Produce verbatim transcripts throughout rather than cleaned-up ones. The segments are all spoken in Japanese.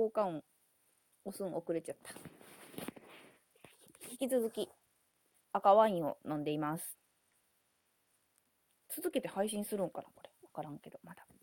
効果音押すん遅れちゃった。引き続き赤ワインを飲んでいます。続けて配信するんかなこれ。わからんけど、まだ。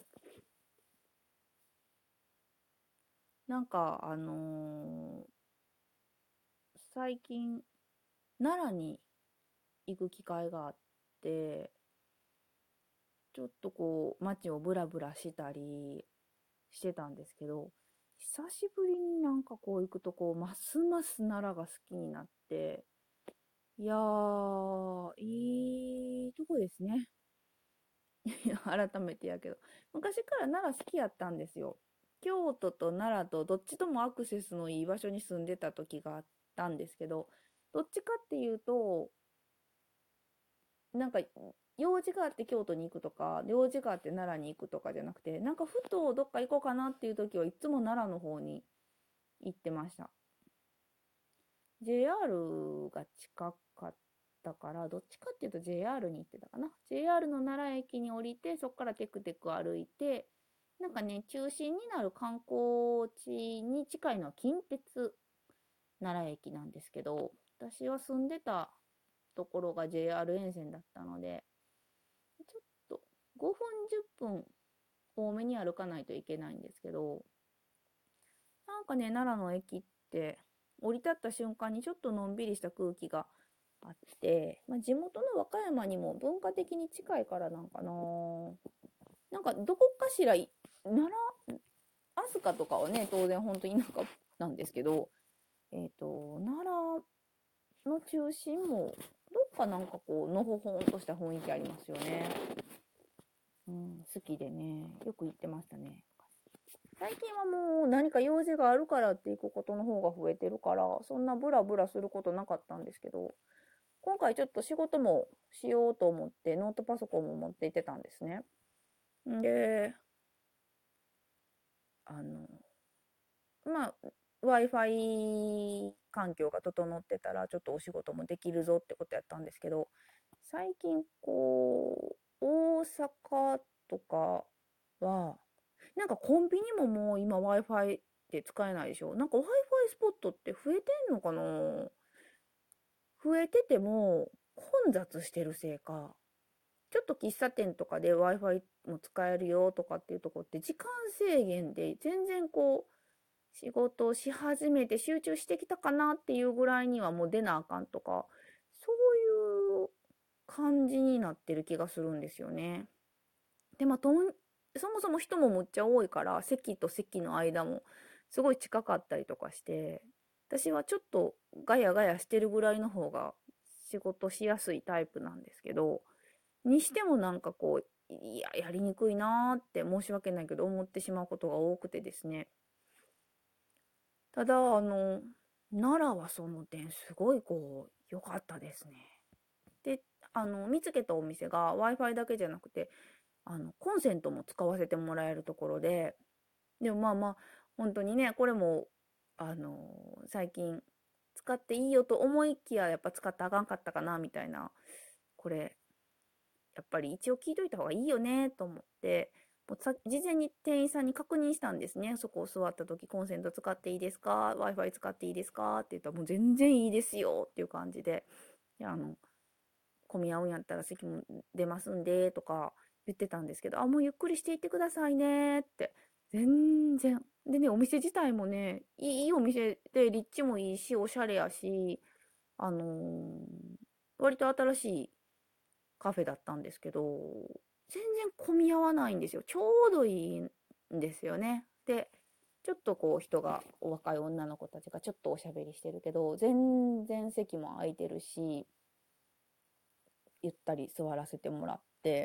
なんか、あのー最近、奈良に行く機会があって、ちょっとこう、街をブラブラしたりしてたんですけど、久しぶりになんかこう行くとこう、ますます奈良が好きになって、いやー、いいとこですね。改めてやけど。昔から奈良好きやったんですよ。京都と奈良とどっちともアクセスのいい場所に住んでた時があったんですけど、どっちかっていうと、なんか用事があって京都に行くとか、用事があって奈良に行くとかじゃなくて、なんかふとどっか行こうかなっていう時はいつも奈良の方に行ってました。ジェイアール が近かったから、どっちかっていうと ジェイアール に行ってたかな。ジェイアール の奈良駅に降りて、そこからテクテク歩いて、なんかね、中心になる観光地に近いのは近鉄奈良駅なんですけど、私は住んでたところが ジェイアール 沿線だったので、ちょっとごふんじゅっぷん多めに歩かないといけないんですけど、なんかね、奈良の駅って降り立った瞬間にちょっとのんびりした空気があって、まあ、地元の和歌山にも文化的に近いからなんかな。なんかどこかしら、奈良、飛鳥とかはね、当然本当に田舎なんですけど、えっ、と、奈良の中心も、どっかなんかこう、のほほんとした雰囲気ありますよね。うん、好きでね、よく行ってましたね。最近はもう何か用事があるからって行くことの方が増えてるから、そんなブラブラすることなかったんですけど、今回ちょっと仕事もしようと思ってノートパソコンも持って行ってたんですね。で、あの、まあ、Wi-Fi 環境が整ってたらちょっとお仕事もできるぞってことやったんですけど、最近こう、大阪とかは、なんかコンビニももう今 Wi-Fi って使えないでしょ。なんか Wi-Fi スポットって増えてんのかな。増えてても混雑してるせいか、ちょっと喫茶店とかで Wi-Fi も使えるよとかっていうとこって時間制限で全然こう仕事をし始めて集中してきたかなっていうぐらいにはもう出なあかんとか、そういう感じになってる気がするんですよね。で、まあ、とんそもそも人もむっちゃ多いから席と席の間もすごい近かったりとかして、私はちょっとガヤガヤしてるぐらいの方が仕事しやすいタイプなんですけど、にしてもなんかこう、いや、やりにくいなーって申し訳ないけど思ってしまうことが多くてですね。ただ、あの、奈良はその点すごいこう、良かったですね。で、あの、見つけたお店が Wi-Fi だけじゃなくて、あの、コンセントも使わせてもらえるところで、でもまあまあ、本当にね、これも、あの、最近使っていいよと思いきや、やっぱ使ってあかんかったかな、みたいな、これ、やっぱり一応聞いといた方がいいよね、と思って、もうさ事前に店員さんに確認したんですね。そこを座った時、コンセント使っていいですか？ Wi-Fi 使っていいですかって言ったら、もう全然いいですよっていう感じで、であの、混み合うんやったら席も出ますんで、とか言ってたんですけど、あ、もうゆっくりしていってくださいねって。全然。でね、お店自体もね、いいいいお店で、立地もいいし、おしゃれやし、あのー割と新しいカフェだったんですけど、全然混み合わないんですよ。ちょうどいいんですよね。で、ちょっとこう人が、お若い女の子たちがちょっとおしゃべりしてるけど、全然席も空いてるし、ゆったり座らせてもらって、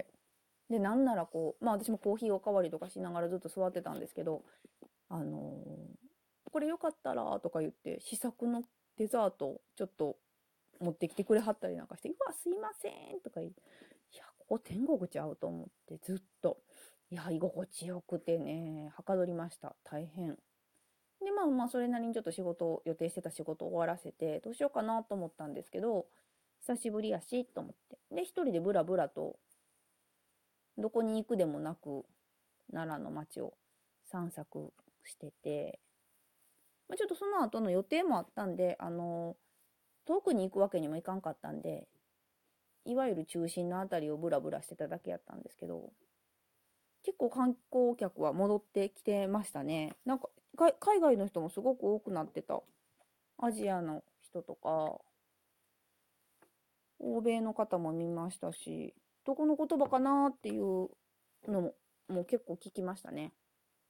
で、なんならこう、まあ私もコーヒーおかわりとかしながらずっと座ってたんですけど、あのーこれよかったらとか言って、試作のデザートちょっと持ってきてくれはったりなんかして、うわ、すいませんとか言って、いや、ここ天国ちゃうと思ってずっと、いや、居心地よくてね、はかどりました。大変。で、まあまあ、それなりにちょっと仕事、予定してた仕事を終わらせて、どうしようかなと思ったんですけど、久しぶりやし、と思って。で、一人でブラブラと、どこに行くでもなく、奈良の街を散策してて、 まあ、ちょっとその後の予定もあったんで、あの遠くに行くわけにもいかんかったんで、いわゆる中心のあたりをブラブラしてただけやったんですけど、結構観光客は戻ってきてましたね。なんか、か海外の人もすごく多くなってた。アジアの人とか、欧米の方も見ましたし、どこの言葉かなっていうのも、もう結構聞きましたね。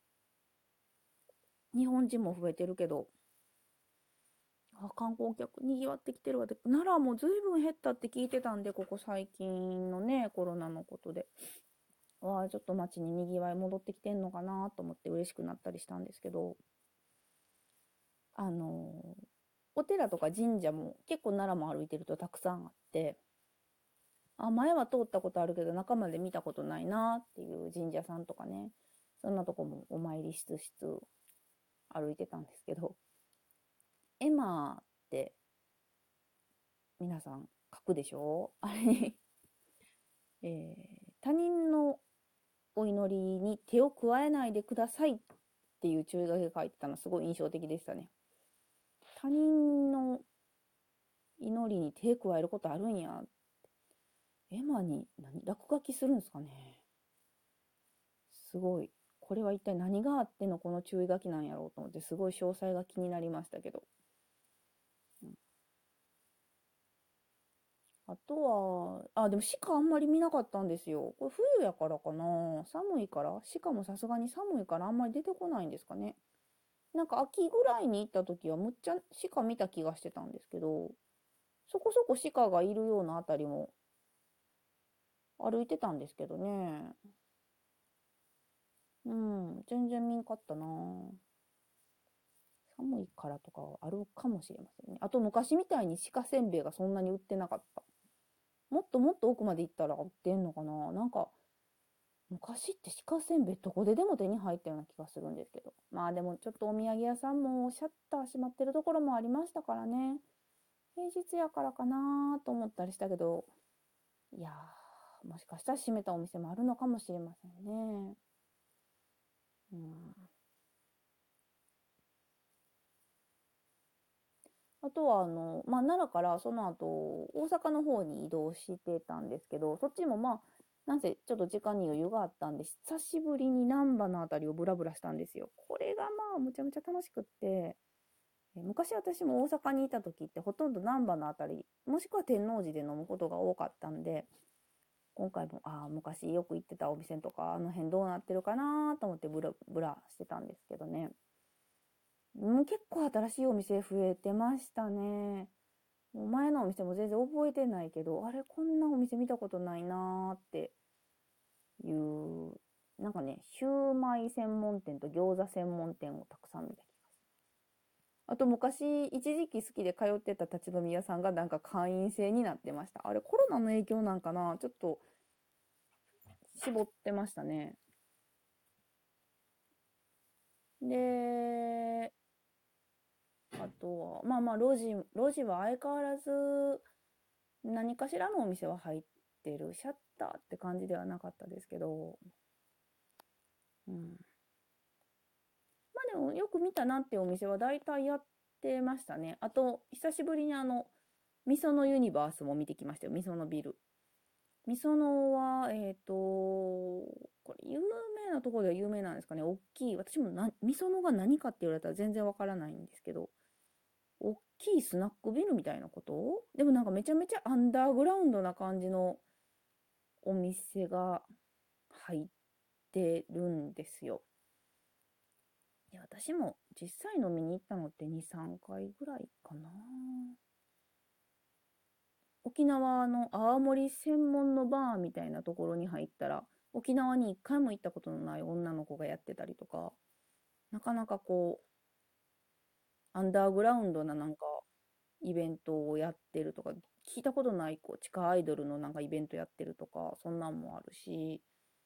日本人も増えてるけど、あ、観光客にぎわってきてるわで、奈良も随分減ったって聞いてたんで、ここ最近のね、コロナのことで。わあ、ちょっと街ににぎわい戻ってきてんのかなと思って嬉しくなったりしたんですけど、あのーお寺とか神社も結構奈良も歩いてるとたくさんあって、あ、前は通ったことあるけど中まで見たことないなっていう神社さんとかね、そんなとこもお参りしつしつ歩いてたんですけど、エマって皆さん書くでしょあれに、えー他人のお祈りに手を加えないでくださいっていう注意書きが書いてたのすごい印象的でしたね。他人の祈りに手加えることあるんや。エマに何落書きするんですかね。すごい。これは一体何があってのこの注意書きなんやろうと思ってすごい詳細が気になりましたけど。うん、あとは、あ、でも鹿あんまり見なかったんですよ。これ冬やからかな。寒いから。鹿もさすがに寒いからあんまり出てこないんですかね。なんか秋ぐらいに行った時はむっちゃ鹿見た気がしてたんですけど、そこそこ鹿がいるようなあたりも歩いてたんですけどね。うん、全然見んかったな。寒いからとかはあるかもしれませんね。あと昔みたいに鹿せんべいがそんなに売ってなかった。もっともっと奥まで行ったら売ってんのかな。なんか昔って鹿せんべいどこででも手に入ったような気がするんですけど。まあでもちょっとお土産屋さんもシャッター閉まってるところもありましたからね。平日やからかなと思ったりしたけど、いやー、もしかしたら閉めたお店もあるのかもしれませんね。うん、あとはあの、まあ、奈良からその後大阪の方に移動してたんですけど、そっちもまあなんせちょっと時間に余裕があったんで久しぶりに難波のあたりをブラブラしたんですよ。これがまあむちゃむちゃ楽しくって、え昔私も大阪にいた時ってほとんど難波のあたりもしくは天王寺で飲むことが多かったんで、今回もああ昔よく行ってたお店とかあの辺どうなってるかなと思ってブラブラしてたんですけどね。うん、結構新しいお店増えてましたね。もう前のお店も全然覚えてないけど、あれ、こんなお店見たことないなーっていう、なんかね、シューマイ専門店と餃子専門店をたくさん見た気がする。あと昔、一時期好きで通ってた立ち飲み屋さんがなんか会員制になってました。あれ、コロナの影響なんかな、ちょっと絞ってましたね。で、あとは、まあまあ、路地、路地は相変わらず何かしらのお店は入ってる。シャッターって感じではなかったですけど、うん。まあでもよく見たなっていうお店は大体やってましたね。あと、久しぶりにあの、みそのユニバースも見てきましたよ。みそのビル。みそのは、えっと、これ有名なところでは有名なんですかね。大きい。私もな、みそのが何かって言われたら全然わからないんですけど、大きいスナックビルみたいなこと。でもなんかめちゃめちゃアンダーグラウンドな感じのお店が入ってるんですよ。で、私も実際飲みに行ったのってに、さんかいぐらいかな。沖縄の泡盛専門のバーみたいなところに入ったら、沖縄に一回も行ったことのない女の子がやってたりとか、なかなかこう、アンダーグラウンドななんかイベントをやってるとか、聞いたことないこう地下アイドルのなんかイベントやってるとか、そんなんもあるし、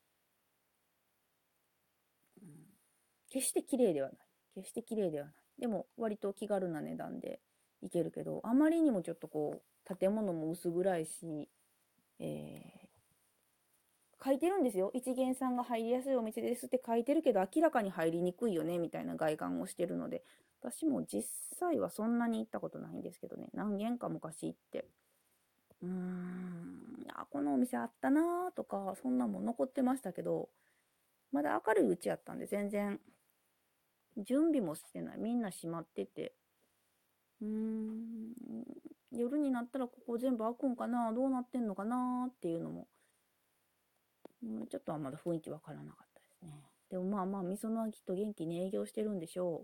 うん、決して綺麗ではない。決して綺麗ではない。でも割と気軽な値段で行けるけど、あまりにもちょっとこう、建物も薄暗いし、えー書いてるんですよ。一元さんが入りやすいお店ですって書いてるけど、明らかに入りにくいよね、みたいな外観をしてるので、 私も実際はそんなに行ったことないんですけどね、何軒か昔行って、うーん、あ、このお店あったなーとか、そんなもん残ってましたけど、まだ明るいうちやったんで全然準備もしてない。みんな閉まってて、うーん、夜になったらここ全部開くんかな、どうなってんのかなっていうのも、うん、ちょっとはまだ雰囲気わからなかったですね。でもまあまあ、みそのはきっと元気に営業してるんでしょ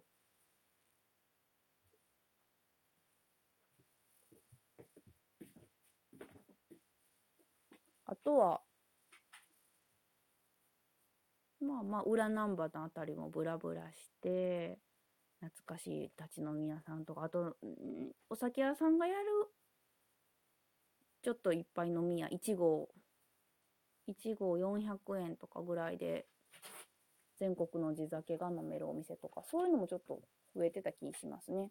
う。あとは、まあまあ、裏難波のあたりもブラブラして、懐かしい立ち飲み屋さんとか、あと、んお酒屋さんがやる、ちょっといっぱい飲み屋、いち号、いち号よんひゃくえんとかぐらいで、全国の地酒が飲めるお店とか、そういうのもちょっと増えてた気しますね。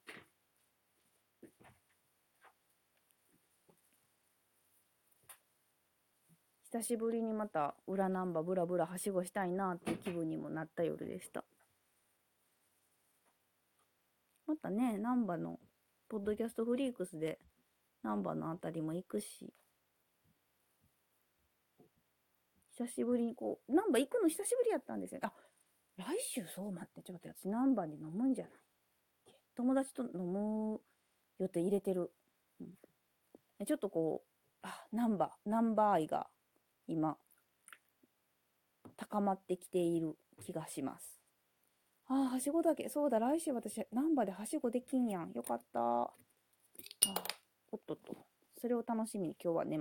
久しぶりにまた裏ナンバーブラブラはしごしたいなっていう気分にもなった夜でした。またね、ナンバのポッドキャストフリークスでナンバのあたりも行くし、久しぶりにこう、ナンバ行くの久しぶりやったんですよ。あ、来週そう待って、ちょっと私ナンバで飲むんじゃない？友達と飲む予定入れてる。うん、ちょっとこう、あ、ナンバナンバ愛が今高まってきている気がします。ああ、はしごだけ。そうだ、来週私、ナンバではしごできんやん。よかった。あ、おっとっと。それを楽しみに今日はね、